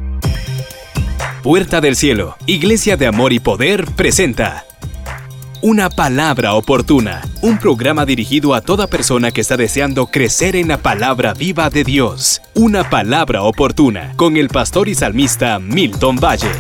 Puerta del Cielo, Iglesia de Amor y Poder, presenta Una Palabra Oportuna, un programa dirigido a toda persona que está deseando crecer en la palabra viva de Dios. Una Palabra Oportuna, con el pastor y salmista Milton Valle.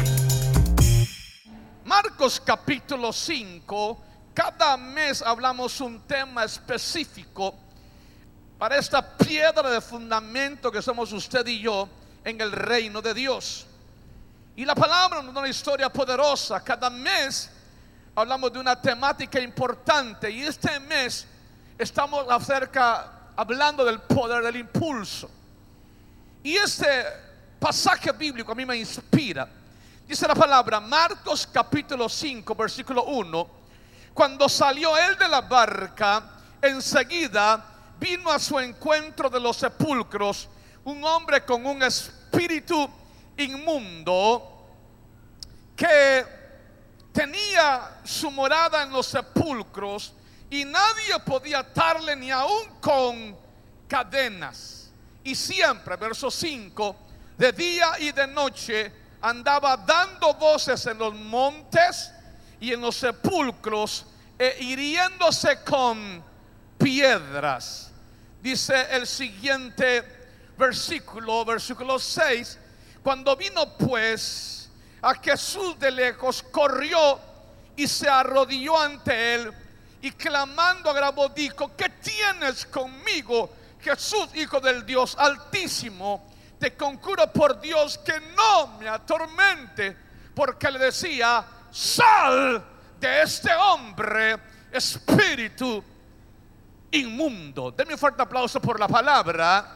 Marcos capítulo 5, cada mes hablamos un tema específico para esta piedra de fundamento que somos usted y yo en el reino de Dios. Y la palabra nos da una historia poderosa. Cada mes hablamos de una temática importante, y este mes estamos hablando del poder del impulso. Y este pasaje bíblico a mí me inspira. Dice la palabra, Marcos capítulo 5, versículo 1: cuando salió él de la barca, enseguida vino a su encuentro de los sepulcros un hombre con un espíritu inmundo, que tenía su morada en los sepulcros, y nadie podía atarle ni aún con cadenas. Y siempre, verso 5, de día y de noche andaba dando voces en los montes y en los sepulcros, hiriéndose con piedras. Dice el siguiente versículo 6: cuando vino pues a Jesús de lejos, corrió y se arrodilló ante él, y clamando a gran voz dijo: ¿qué tienes conmigo, Jesús, Hijo del Dios Altísimo? Te conjuro por Dios que no me atormente. Porque le decía: sal de este hombre, espíritu inmundo. Denme un fuerte aplauso por la palabra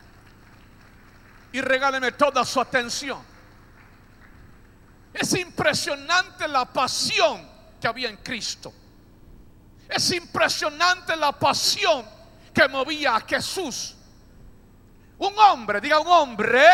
y regáleme toda su atención. Es impresionante la pasión que había en Cristo. Es impresionante la pasión que movía a Jesús. Un hombre, diga un hombre,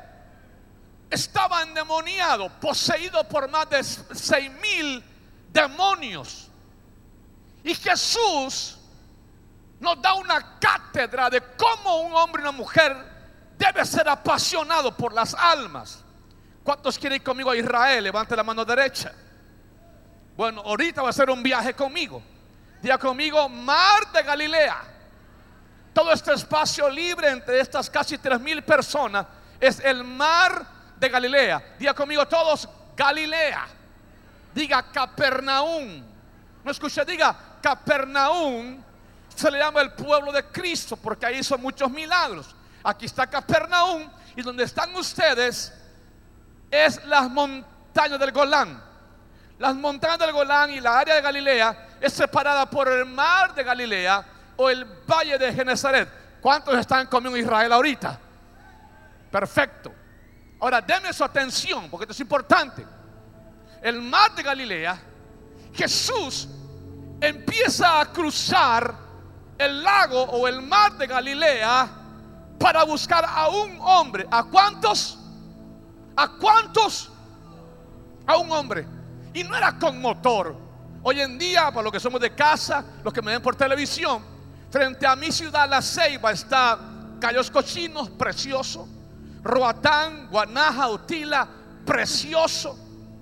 estaba endemoniado, poseído por más de 6,000 demonios. Y Jesús nos da una cátedra de cómo un hombre y una mujer debe ser apasionado por las almas. ¿Cuántos quieren ir conmigo a Israel? Levante la mano derecha. Bueno, ahorita va a ser un viaje conmigo. Diga conmigo: Mar de Galilea. Todo este espacio libre entre estas casi 3,000 personas es el Mar de Galilea. Diga conmigo todos: Galilea. Diga Capernaum. No escuche, diga Capernaum. Se le llama el pueblo de Cristo porque ahí hizo muchos milagros. Aquí está Capernaum, y donde están ustedes es las montañas del Golán. Las montañas del Golán y la área de Galilea es separada por el Mar de Galilea o el Valle de Genezaret. ¿Cuántos están conmigo en Israel ahorita? Perfecto. Ahora denme su atención, porque esto es importante. El Mar de Galilea, Jesús empieza a cruzar el lago o el Mar de Galilea para buscar a un hombre. ¿A cuántos? ¿A cuántos? A un hombre. Y no era con motor. Hoy en día, para los que somos de casa, los que me ven por televisión, frente a mi ciudad, La Ceiba, está Cayos Cochinos, precioso. Roatán, Guanaja, Utila, precioso.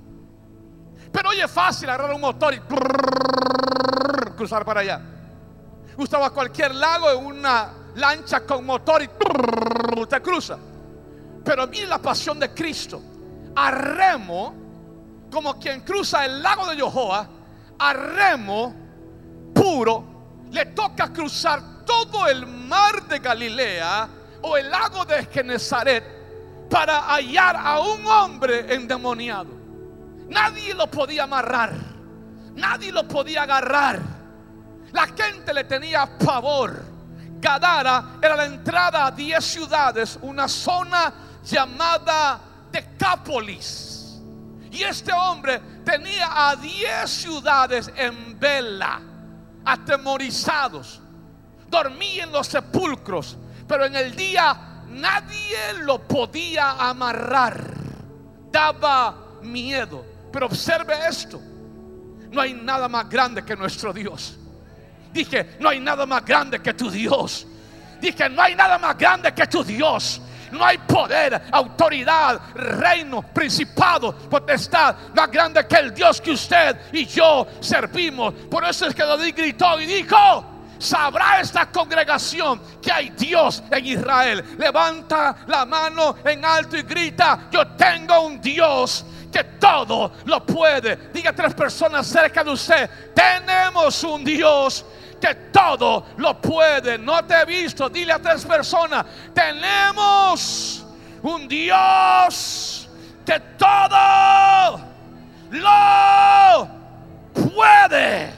Pero hoy es fácil agarrar un motor y cruzar para allá. Usted va a cualquier lago en una lancha con motor y usted cruza. Pero mire la pasión de Cristo. A remo, como quien cruza el lago de Yohoa, a remo puro, le toca cruzar todo el Mar de Galilea o el lago de Genezaret para hallar a un hombre endemoniado. Nadie lo podía amarrar, nadie lo podía agarrar. La gente le tenía pavor. Gadara era la entrada a 10 ciudades, una zona llamada Decápolis. Y este hombre tenía a 10 ciudades en vela, atemorizados. Dormía en los sepulcros, pero en el día nadie lo podía amarrar. Daba miedo. Pero observe esto: no hay nada más grande que nuestro Dios. Dije, no hay nada más grande que tu Dios. Dije, no hay nada más grande que tu Dios. no hay poder, autoridad, reino, principado, potestad más grande que el Dios que usted y yo servimos. Por eso es que David gritó y dijo: sabrá esta congregación que hay Dios en Israel. Levanta la mano en alto y grita: yo tengo un Dios que todo lo puede. Diga a 3 personas cerca de usted: tenemos un Dios que todo lo puede. No te he visto. Dile a 3 personas: tenemos un Dios que todo lo puede.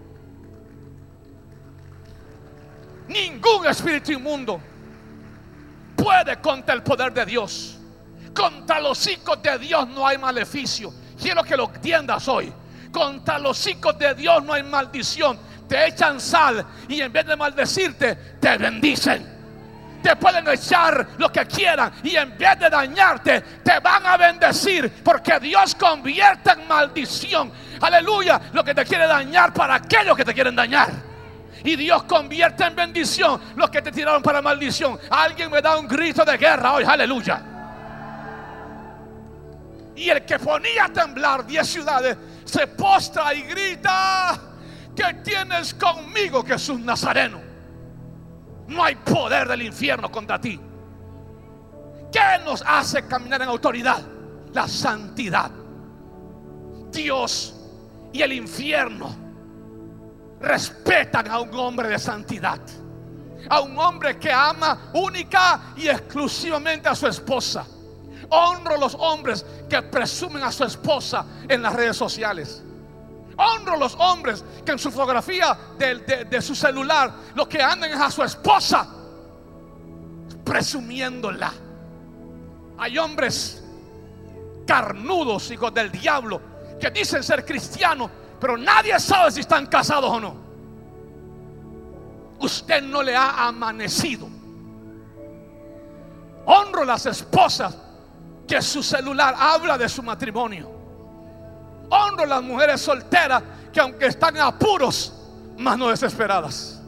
Ningún espíritu inmundo puede contra el poder de Dios. Contra los hijos de Dios no hay maleficio. Quiero que lo entiendas hoy. Contra los hijos de Dios no hay maldición. Te echan sal y en vez de maldecirte, te bendicen. Te pueden echar lo que quieran y en vez de dañarte, te van a bendecir, porque Dios convierte en maldición, aleluya, lo que te quiere dañar para aquellos que te quieren dañar. Y Dios convierte en bendición los que te tiraron para maldición. Alguien me da un grito de guerra hoy, aleluya. Y el que ponía a temblar 10 ciudades se postra y grita: ¿qué tienes conmigo, Jesús Nazareno? No hay poder del infierno contra ti. ¿Qué nos hace caminar en autoridad? La santidad. Dios y el infierno respetan a un hombre de santidad, a un hombre que ama única y exclusivamente a su esposa. Honro a los hombres que presumen a su esposa en las redes sociales. Honro a los hombres que en su fotografía de su celular lo que andan es a su esposa, presumiéndola. Hay hombres carnudos, hijos del diablo, que dicen ser cristianos, pero nadie sabe si están casados o no. Usted no le ha amanecido. Honro a las esposas que su celular habla de su matrimonio. Honro a las mujeres solteras que aunque están en apuros, mas no desesperadas.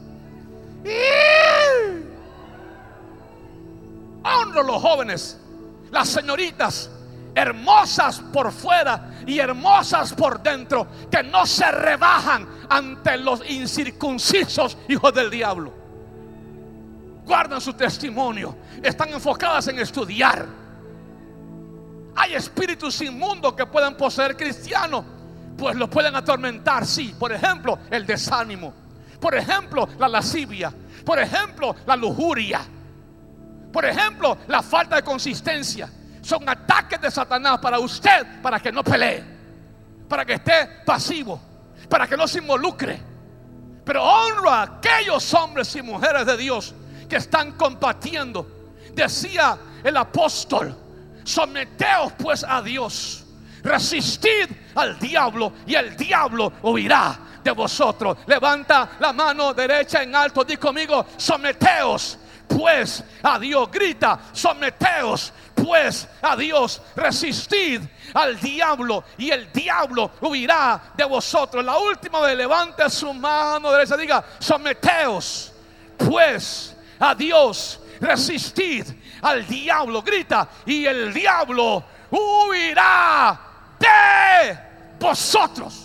Honro a los jóvenes, las señoritas, hermosas por fuera y hermosas por dentro, que no se rebajan ante los incircuncisos hijos del diablo. Guardan su testimonio, están enfocadas en estudiar. Hay espíritus inmundos que pueden poseer cristianos, pues los pueden atormentar, sí. Por ejemplo, el desánimo. Por ejemplo, la lascivia. Por ejemplo, la lujuria. Por ejemplo, la falta de consistencia. Son ataques de Satanás para usted, para que no pelee, para que esté pasivo, para que no se involucre. Pero honro a aquellos hombres y mujeres de Dios que están combatiendo. Decía el apóstol: someteos pues a Dios, resistid al diablo y el diablo huirá de vosotros. Levanta la mano derecha en alto, di conmigo: someteos pues a Dios. Grita: someteos pues a Dios, resistid al diablo y el diablo huirá de vosotros. La última vez, levante su mano derecha, diga: someteos pues a Dios, resistid al diablo. Grita: y el diablo huirá de vosotros.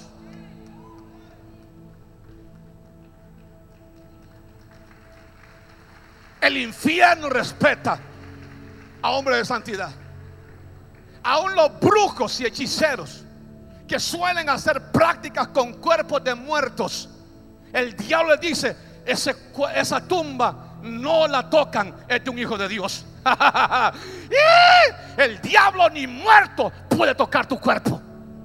El infierno respeta a hombres de santidad. Aún los brujos y hechiceros que suelen hacer prácticas con cuerpos de muertos, el diablo les dice: esa tumba no la tocan, es de un hijo de Dios. El diablo ni muerto puede tocar tu cuerpo.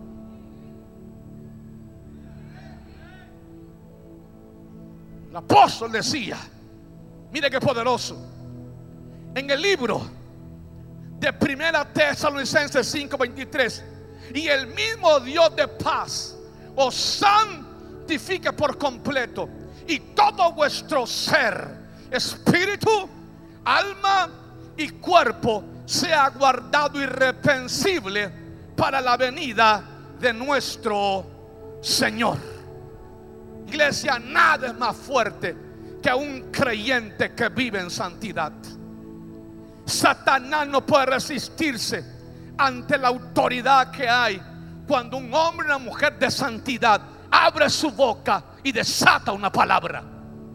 El apóstol decía, mire qué poderoso, en el libro de 1 Tesalonicenses 5:23: y el mismo Dios de paz os santifique por completo, y todo vuestro ser, espíritu, alma y cuerpo sea guardado irreprensible para la venida de nuestro Señor. Iglesia, nada es más fuerte que un creyente que vive en santidad. Satanás no puede resistirse ante la autoridad que hay cuando un hombre y una mujer de santidad abre su boca y desata una palabra.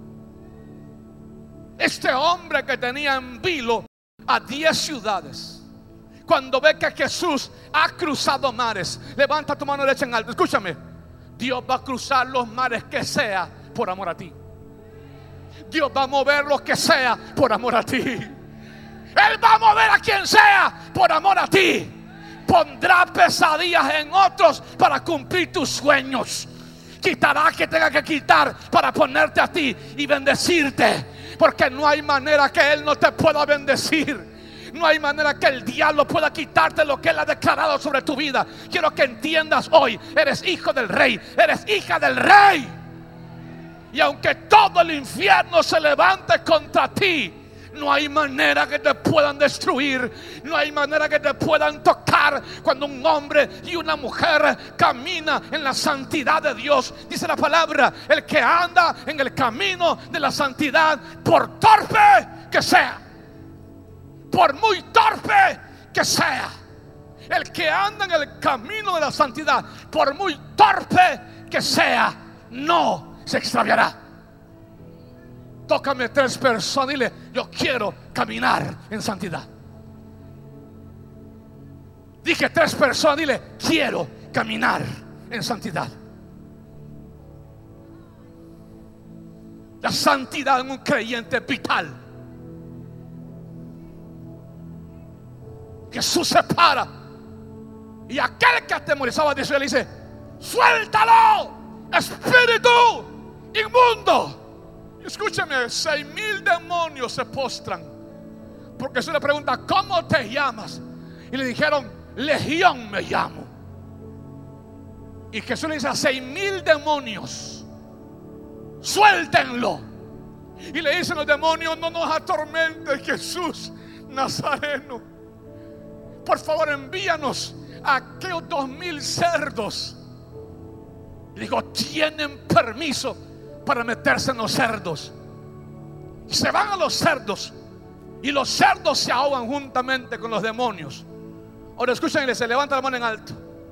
Este hombre que tenía en vilo a 10 ciudades, cuando ve que Jesús ha cruzado mares, levanta tu mano derecha en alto. Escúchame, Dios va a cruzar los mares que sea por amor a ti. Dios va a mover lo que sea por amor a ti. Él va a mover a quien sea por amor a ti. Pondrá pesadillas en otros para cumplir tus sueños. Quitará que tenga que quitar para ponerte a ti y bendecirte. Porque no hay manera que Él no te pueda bendecir. No hay manera que el diablo pueda quitarte lo que Él ha declarado sobre tu vida. Quiero que entiendas hoy: eres hijo del rey, eres hija del rey. Y aunque todo el infierno se levante contra ti, no hay manera que te puedan destruir. No hay manera que te puedan tocar cuando un hombre y una mujer camina en la santidad de Dios. Dice la palabra: el que anda en el camino de la santidad, por torpe que sea, por muy torpe que sea, el que anda en el camino de la santidad, por muy torpe que sea, no se extraviará. Tócame 3 personas, dile: yo quiero caminar en santidad. Dije 3 personas, dile: quiero caminar en santidad. La santidad en un creyente es vital. Jesús se para y aquel que atemorizaba de eso le dice: suéltalo, espíritu inmundo. Escúchame, 6,000 demonios se postran porque Jesús le pregunta: ¿cómo te llamas? Y le dijeron: Legión me llamo. Y Jesús le dice a 6,000 demonios: suéltenlo. Y le dicen los demonios: no nos atormentes, Jesús Nazareno. Por favor, envíanos a aquellos 2,000 cerdos. Y digo: tienen permiso para meterse en los cerdos. Y se van a los cerdos, y los cerdos se ahogan juntamente con los demonios. Ahora escuchen, se levanta la mano en alto.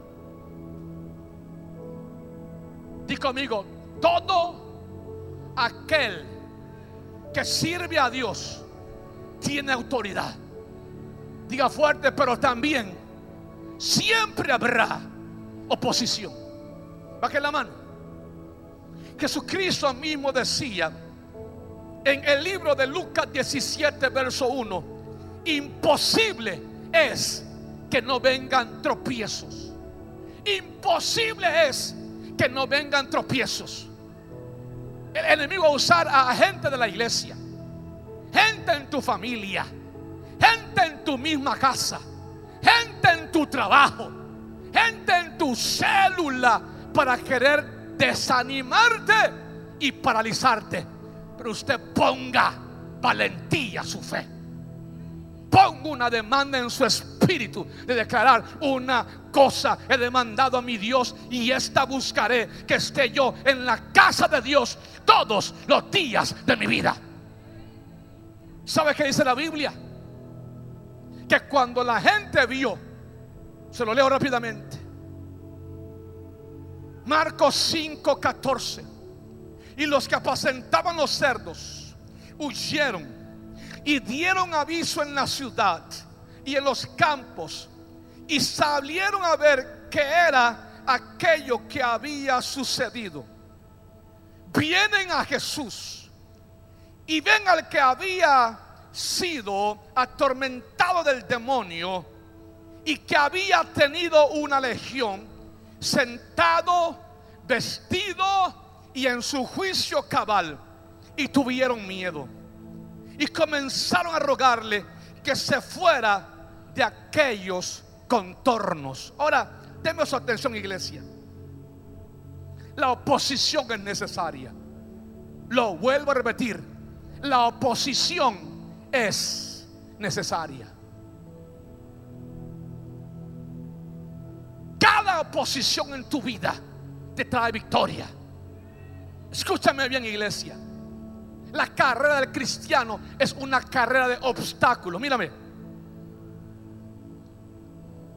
Di conmigo: todo aquel que sirve a Dios tiene autoridad. Diga fuerte: pero también siempre habrá oposición. Baje la mano. Jesucristo mismo decía en el libro de Lucas 17, verso 1: imposible es que no vengan tropiezos. Imposible es que no vengan tropiezos. El enemigo va a usar a gente de la iglesia, gente en tu familia, gente en tu misma casa, gente en tu trabajo, gente en tu célula, para querer desanimarte y paralizarte. Pero usted ponga valentía a su fe. Ponga una demanda en su espíritu de declarar: una cosa he demandado a mi Dios, y esta buscaré, que esté yo en la casa de Dios todos los días de mi vida. ¿Sabe qué dice la Biblia? Que cuando la gente vio, se lo leo rápidamente, Marcos 5:14, y los que apacentaban los cerdos huyeron y dieron aviso en la ciudad y en los campos, y salieron a ver qué era aquello que había sucedido. Vienen a Jesús y ven al que había sido atormentado del demonio y que había tenido una legión, sentado, vestido y en su juicio cabal, y tuvieron miedo y comenzaron a rogarle que se fuera de aquellos contornos. Ahora, denme su atención, iglesia. La oposición es necesaria. Lo vuelvo a repetir: la oposición es necesaria. Cada oposición en tu vida te trae victoria. Escúchame bien, iglesia. La carrera del cristiano es una carrera de obstáculos. Mírame,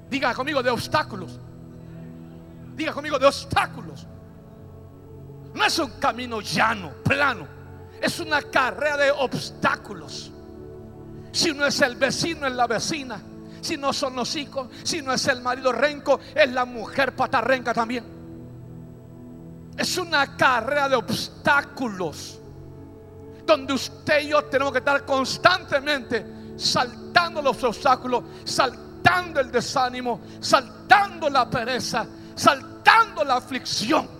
Diga conmigo, de obstáculos. Diga conmigo, de obstáculos. No es un camino llano, plano. Es una carrera de obstáculos. Si no es el vecino, es la vecina. Si no son los hijos, si no es el marido renco, es la mujer patarrenca también. Es una carrera de obstáculos, donde usted y yo tenemos que estar constantemente saltando los obstáculos, saltando el desánimo, saltando la pereza, saltando la aflicción.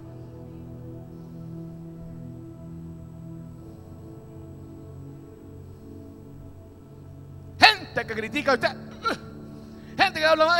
Gente que critica a usted, gente que habla,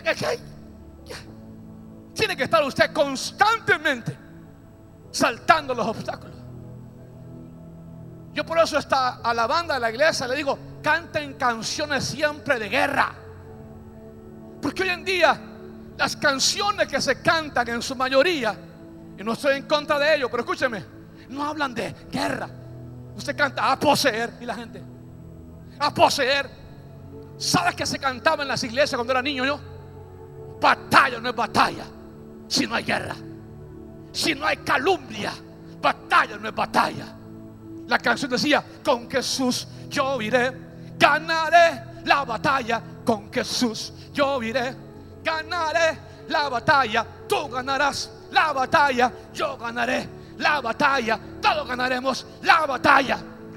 tiene que estar usted constantemente saltando los obstáculos. Yo por eso a la banda de la iglesia le digo: canten canciones siempre de guerra. Porque hoy en día las canciones que se cantan en su mayoría, y no estoy en contra de ello, pero escúcheme, no hablan de guerra. Usted canta a poseer y la gente a poseer. ¿Sabes qué se cantaba en las iglesias cuando era niño yo? Batalla no es batalla si no hay guerra. Si no hay calumnia, batalla no es batalla. La canción decía: con Jesús yo iré, ganaré la batalla. Con Jesús yo iré, ganaré la batalla. Tú ganarás la batalla, yo ganaré la batalla. Todos ganaremos la batalla.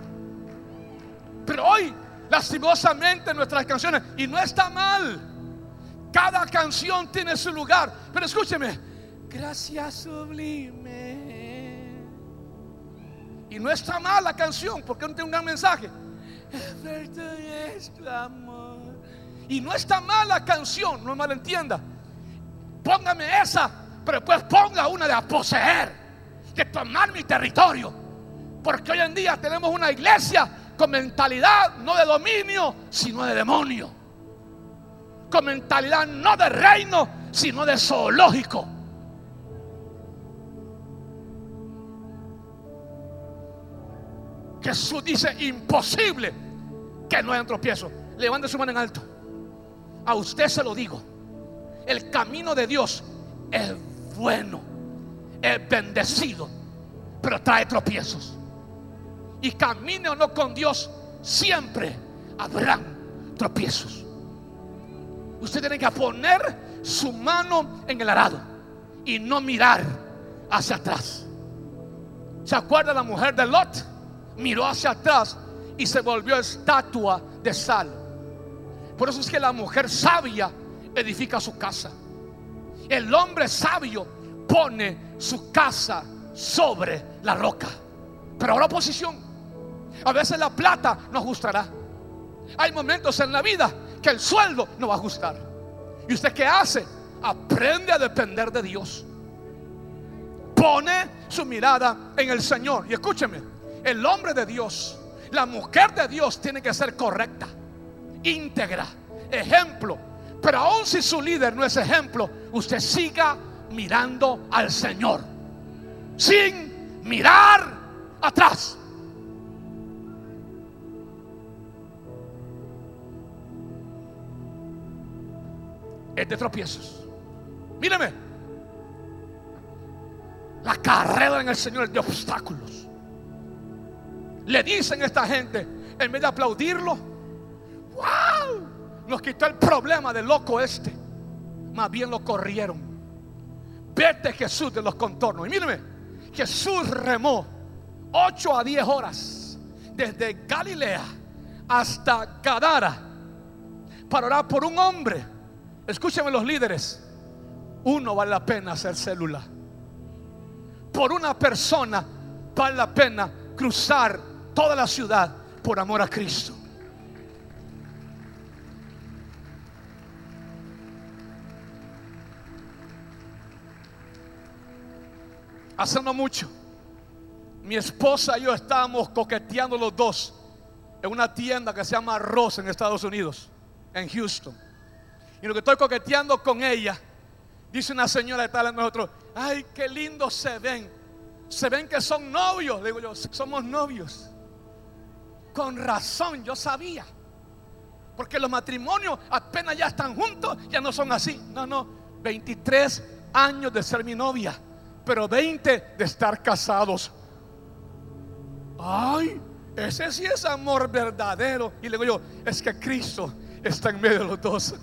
Pero hoy, lastimosamente, nuestras canciones, y no está mal, cada canción tiene su lugar, pero escúcheme: gracias sublime. Y no está mal la canción, porque no tiene un gran mensaje. Es tu amor. Y no está mal la canción, no me malentienda. Póngame esa, pero después ponga una de poseer, de tomar mi territorio. Porque hoy en día tenemos una iglesia con mentalidad no de dominio, sino de demonio. Con mentalidad no de reino, sino de zoológico. Jesús dice: imposible que no haya tropiezo. Levante su mano en alto. A usted se lo digo: el camino de Dios es bueno, es bendecido, pero trae tropiezos. Y camine o no con Dios, siempre habrán tropiezos. Usted tiene que poner su mano en el arado y no mirar hacia atrás. ¿Se acuerda la mujer de Lot? Miró hacia atrás y se volvió estatua de sal. Por eso es que la mujer sabia edifica su casa. El hombre sabio pone su casa sobre la roca. Pero habrá oposición. A veces la plata no ajustará. Hay momentos en la vida que el sueldo no va a ajustar. ¿Y usted qué hace? Aprende a depender de Dios. Pone su mirada en el Señor. Y escúcheme: el hombre de Dios, la mujer de Dios tiene que ser correcta, íntegra, ejemplo. Pero aun si su líder no es ejemplo, usted siga mirando al Señor, sin mirar atrás. Es de tropiezos. Míreme, la carrera en el Señor es de obstáculos. Le dicen a esta gente, en vez de aplaudirlo: ¡wow! Nos quitó el problema del loco este. Más bien lo corrieron. Vete, Jesús, de los contornos. Y míreme, Jesús remó 8 a 10 horas desde Galilea hasta Gadara para orar por un hombre. Escúchenme, los líderes: uno vale la pena hacer célula. Por una persona vale la pena cruzar toda la ciudad por amor a Cristo. Hace no mucho, mi esposa y yo estábamos coqueteando los dos en una tienda que se llama Ross en Estados Unidos, en Houston. Y lo que estoy coqueteando con ella, dice una señora que está hablando de nosotros: ay, qué lindos se ven. Se ven que son novios. Le digo yo: somos novios. Con razón, yo sabía. Porque los matrimonios apenas ya están juntos, ya no son así. No, 23 años de ser mi novia, pero 20 de estar casados. Ay, ese sí es amor verdadero. Y le digo yo, es que Cristo está en medio de los dos.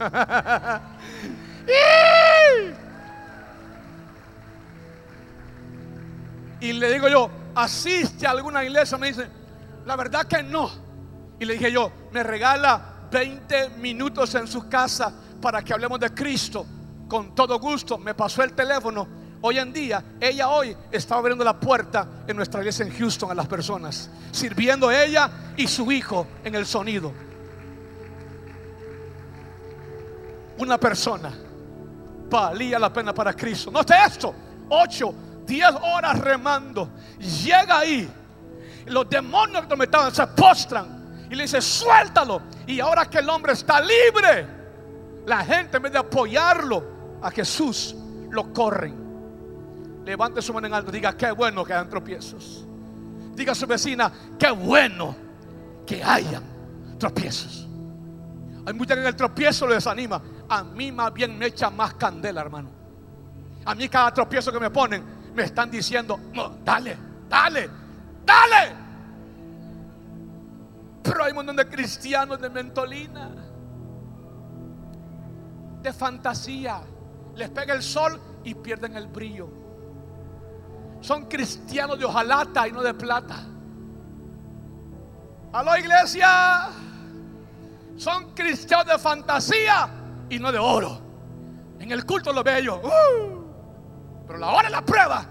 Y le digo yo, ¿asiste a alguna iglesia? Me dice, la verdad que no. Y le dije yo, me regala 20 minutos en su casa para que hablemos de Cristo. Con todo gusto. Me pasó el teléfono. Hoy en día, ella hoy está abriendo la puerta en nuestra iglesia en Houston a las personas, sirviendo ella y su hijo en el sonido. Una persona valía la pena para Cristo. Note esto: 8, 10 horas remando. Llega ahí, los demonios que me estaban se postran y le dice, suéltalo. Y ahora que el hombre está libre, la gente, en vez de apoyarlo a Jesús, lo corren. Levante su mano en alto, diga, qué bueno que hayan tropiezos. Diga a su vecina, qué bueno que hayan tropiezos. Hay mucha que en el tropiezo lo desanima. A mí más bien me echa más candela, hermano. A mí cada tropiezo que me ponen, me están diciendo, no, dale. Pero hay un montón de cristianos de mentolina, de fantasía. Les pega el sol y pierden el brillo. Son cristianos de hojalata y no de plata. Aló, iglesia. Son cristianos de fantasía y no de oro. En el culto lo veo yo, pero la hora es la prueba.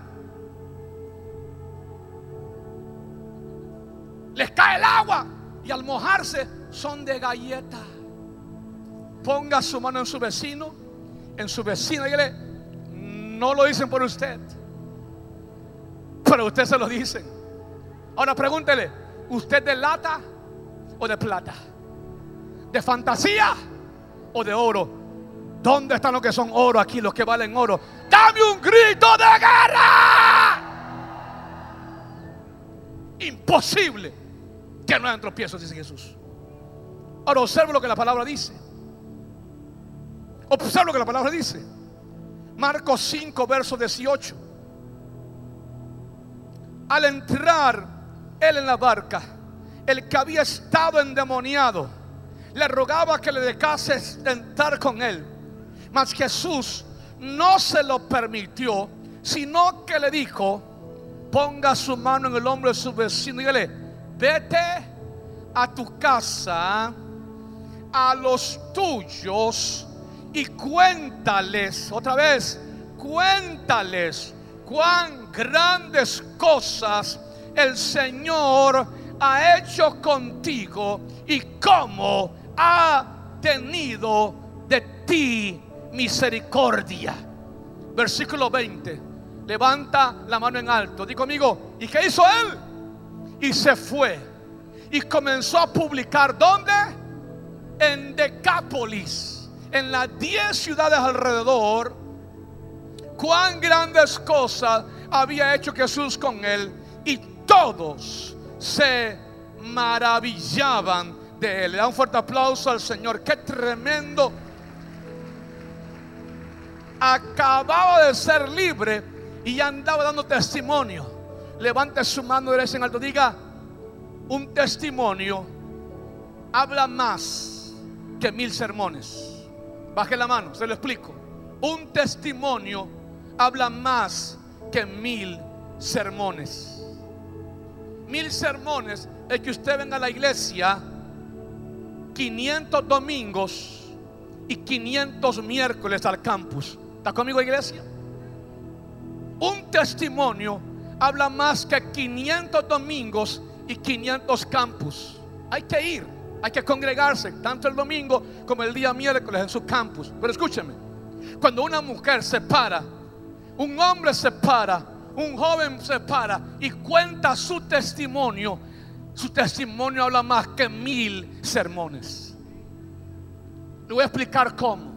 Les cae el agua y al mojarse son de galleta. Ponga su mano en su vecino, en su vecina, y dígale, no lo dicen por usted, pero usted se lo dicen. Ahora pregúntele, ¿usted de lata o de plata? ¿De fantasía o de oro? ¿Dónde están los que son oro aquí, los que valen oro? ¡Dame un grito de guerra! Imposible que no hayan tropiezos, dice Jesús. Ahora observe lo que la palabra dice. Observe lo que la palabra dice. Marcos 5, verso 18. Al entrar él en la barca, el que había estado endemoniado le rogaba que le dejase entrar con él. Mas Jesús no se lo permitió, sino que le dijo, ponga su mano en el hombro de su vecino y dígale, vete a tu casa, a los tuyos, y cuéntales, otra vez, cuéntales cuán grandes cosas el Señor ha hecho contigo y cómo ha tenido de ti misericordia. Versículo 20. Levanta la mano en alto. Di conmigo, ¿y qué hizo él? Y se fue y comenzó a publicar. ¿Dónde? En Decápolis, en las 10 ciudades alrededor, cuán grandes cosas había hecho Jesús con él, y todos se maravillaban de él. Le da un fuerte aplauso al Señor. Qué tremendo. Acababa de ser libre y andaba dando testimonio. Levante su mano derecha en alto. Diga, un testimonio habla más que 1000 sermones. Baje la mano, se lo explico. Un testimonio habla más que 1000 sermones. 1000 sermones es que usted venga a la iglesia 500 domingos y 500 miércoles al campus. ¿Está conmigo, iglesia? Un testimonio habla más que 500 domingos y 500 campus. Hay que ir, hay que congregarse tanto el domingo como el día miércoles en su campus. Pero escúcheme, cuando una mujer se para, un hombre se para, un joven se para y cuenta su testimonio habla más que 1000 sermones. Le voy a explicar cómo.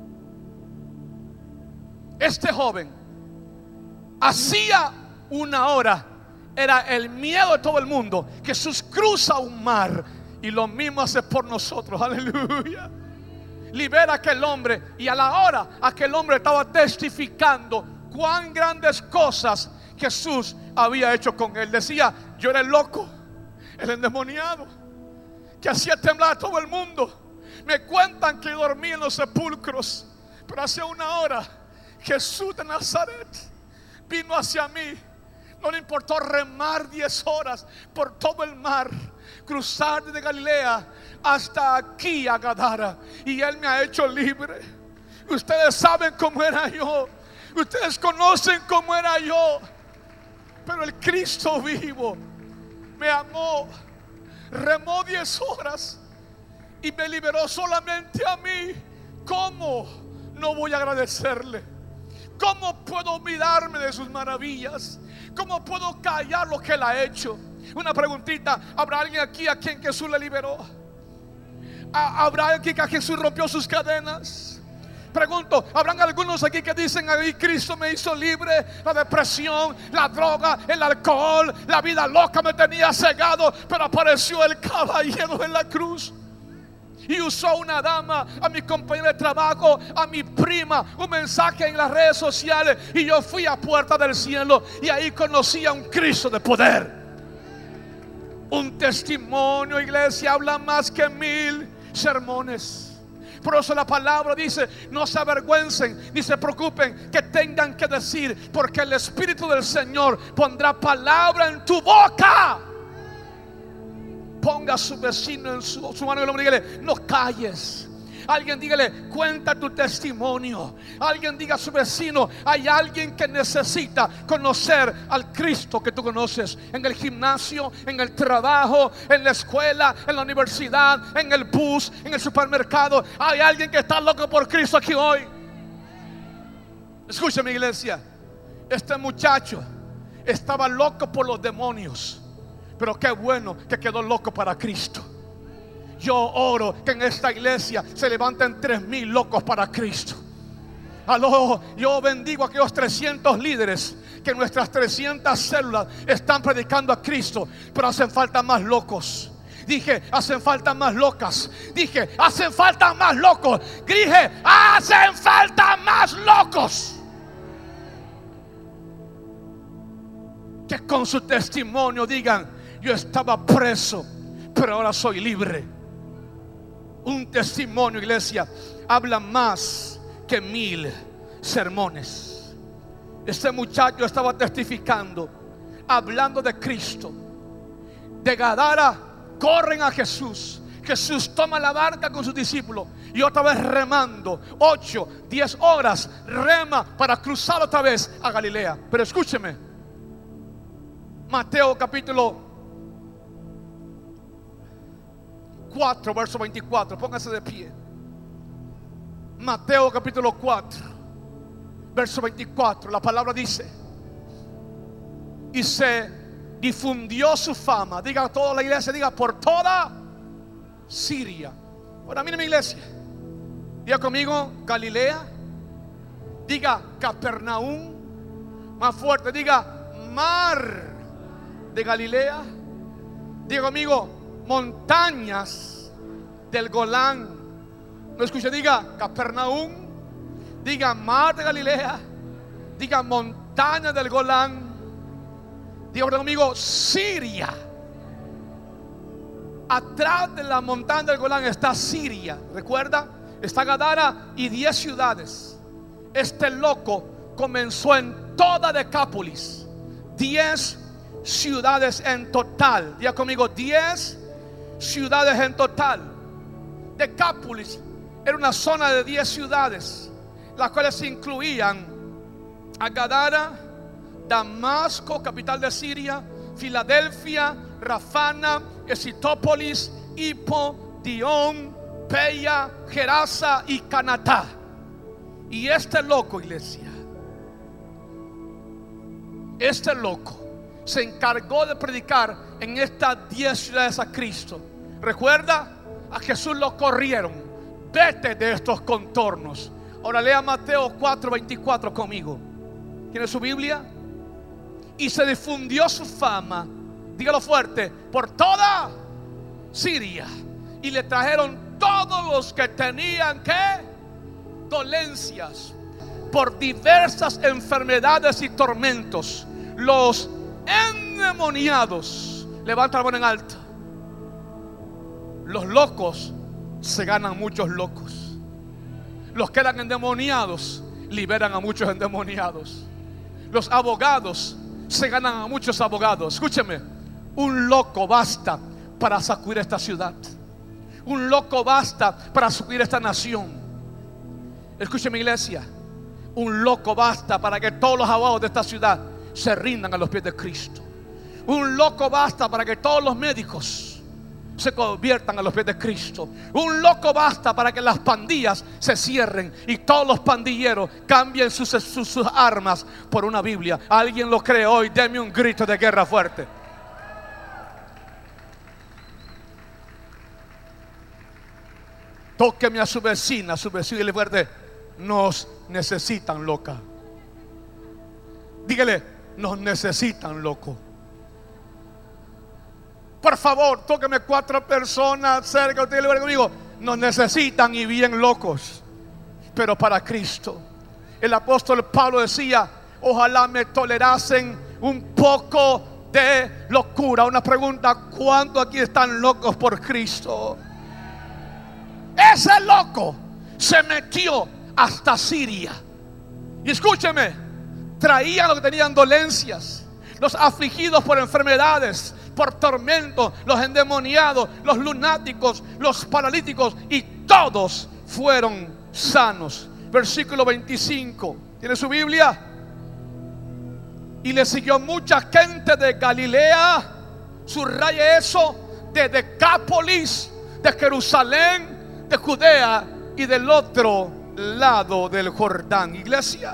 Este joven hacía una hora, era el miedo de todo el mundo. Jesús cruza un mar Y lo mismo hace por nosotros. Aleluya. Libera a aquel hombre. Y a la hora aquel hombre estaba testificando cuán grandes cosas Jesús había hecho con él. Decía: yo era el loco, el endemoniado, que hacía temblar a todo el mundo. Me cuentan que dormí en los sepulcros, pero hace una hora Jesús de Nazaret vino hacia mí. No le importó remar 10 horas por todo el mar, cruzar desde Galilea hasta aquí a Gadara, y Él me ha hecho libre. Ustedes saben cómo era yo, ustedes conocen cómo era yo, pero el Cristo vivo me amó, remó 10 horas y me liberó solamente a mí. ¿Cómo no voy a agradecerle? ¿Cómo puedo olvidarme de sus maravillas? ¿Cómo puedo callar lo que Él ha hecho? Una preguntita: ¿habrá alguien aquí a quien Jesús le liberó? ¿Habrá alguien que a Jesús rompió sus cadenas? Pregunto: ¿habrán algunos aquí que dicen: ahí Cristo me hizo libre? La depresión, la droga, el alcohol, la vida loca me tenía cegado, pero apareció el caballero en la cruz y usó una dama, a mi compañera de trabajo, a mi prima, un mensaje en las redes sociales, y yo fui a Puerta del Cielo y ahí conocí a un Cristo de poder. Un testimonio, iglesia, habla más que 1000 sermones. Por eso la palabra dice: no se avergüencen ni se preocupen que tengan que decir, porque el Espíritu del Señor pondrá palabra en tu boca. Ponga a su vecino en su mano y dígale: no calles. Alguien dígale: cuenta tu testimonio. Alguien diga a su vecino: hay alguien que necesita conocer al Cristo que tú conoces. En el gimnasio, en el trabajo, en la escuela, en la universidad, en el bus, en el supermercado. Hay alguien que está loco por Cristo aquí hoy. Escúchame, iglesia. Este muchacho estaba loco por los demonios, pero qué bueno que quedó loco para Cristo. Yo oro que en esta iglesia se levanten 3000 locos para Cristo. Aló, yo bendigo a aquellos 300 líderes que en nuestras 300 células están predicando a Cristo, pero hacen falta más locos. Dije: hacen falta más locas. Dije: hacen falta más locos. Dije: hacen falta más locos que con su testimonio digan: yo estaba preso, pero ahora soy libre. Un testimonio, iglesia, habla más que 1000 sermones. Este muchacho estaba testificando, hablando de Cristo. De Gadara corren a Jesús. Jesús toma la barca con sus discípulos y otra vez remando 8, 10 horas rema para cruzar otra vez a Galilea. Pero escúcheme, Mateo capítulo 4, verso 24. Póngase de pie. Mateo capítulo 4, verso 24. La palabra dice: y se difundió su fama. Diga toda la iglesia, diga: por toda Siria. Ahora mire mi iglesia, diga conmigo: Galilea. Diga: Capernaum. Más fuerte, diga: mar de Galilea. Diga conmigo: montañas del Golán. No escuche, diga: Capernaum. Diga: mar de Galilea. Diga: montaña del Golán. Diga conmigo: Siria. Atrás de la montaña del Golán está Siria. Recuerda, está Gadara y 10 ciudades. Este loco comenzó en toda Decápolis. 10 ciudades en total. Diga conmigo: 10 ciudades en total. Decápolis era una zona de 10 ciudades, las cuales incluían a Gadara, Damasco, capital de Siria, Filadelfia, Rafana, Esitópolis, Hippo, Dion, Peya, Gerasa y Canatá. Y este loco, iglesia, este loco se encargó de predicar en estas 10 ciudades a Cristo. Recuerda, a Jesús lo corrieron: vete de estos contornos. Ahora lea Mateo 4:24 conmigo. ¿Tiene su Biblia? Y se difundió su fama, dígalo fuerte, por toda Siria y le trajeron todos los que tenían dolencias por diversas enfermedades y tormentos. Los endemoniados, levanta la mano en alto. Los locos se ganan muchos locos. Los que eran endemoniados liberan a muchos endemoniados. Los abogados se ganan a muchos abogados. Escúcheme, un loco basta para sacudir esta ciudad. Un loco basta para sacudir esta nación. Escúcheme, iglesia, un loco basta para que todos los abogados de esta ciudad se rindan a los pies de Cristo. Un loco basta para que todos los médicos se conviertan a los pies de Cristo. Un loco basta para que las pandillas se cierren y todos los pandilleros cambien sus armas por una Biblia. ¿Alguien lo cree hoy? Deme un grito de guerra fuerte. Tóqueme a su vecina y le fuerte: nos necesitan, loca. Dígale: nos necesitan, loco. Por favor, tóqueme 4 personas cerca de usted y le conmigo: nos necesitan y bien locos, pero para Cristo. El apóstol Pablo decía: ojalá me tolerasen un poco de locura. Una pregunta: ¿cuántos aquí están locos por Cristo? Ese loco se metió hasta Siria. Y escúcheme, traían los que tenían dolencias, los afligidos por enfermedades, por tormentos, los endemoniados, los lunáticos, los paralíticos, y todos fueron sanos. Versículo 25. ¿Tiene su Biblia? Y le siguió mucha gente de Galilea, subraye eso, de Decápolis, de Jerusalén, de Judea y del otro lado del Jordán. Iglesia,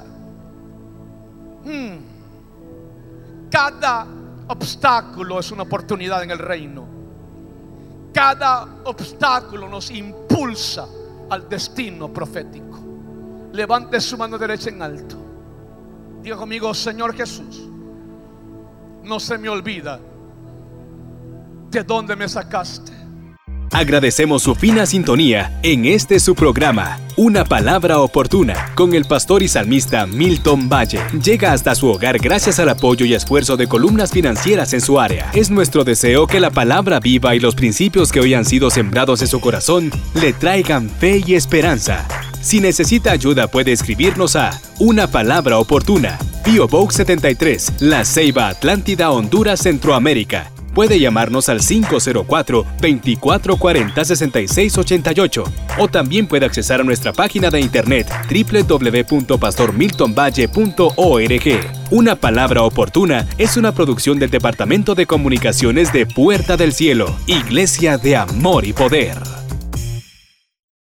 cada obstáculo es una oportunidad en el reino. Cada obstáculo nos impulsa al destino profético. Levante su mano derecha en alto. Diga conmigo: Señor Jesús, no se me olvida de dónde me sacaste. Agradecemos su fina sintonía en este su programa, Una Palabra Oportuna, con el pastor y salmista Milton Valle. Llega hasta su hogar gracias al apoyo y esfuerzo de Columnas Financieras en su área. Es nuestro deseo que la palabra viva y los principios que hoy han sido sembrados en su corazón le traigan fe y esperanza. Si necesita ayuda, puede escribirnos a Una Palabra Oportuna, P.O. Box 73, La Ceiba, Atlántida, Honduras, Centroamérica. Puede llamarnos al 504-2440-6688 o también puede accesar a nuestra página de internet www.pastormiltonvalle.org. Una Palabra Oportuna es una producción del Departamento de Comunicaciones de Puerta del Cielo, Iglesia de Amor y Poder.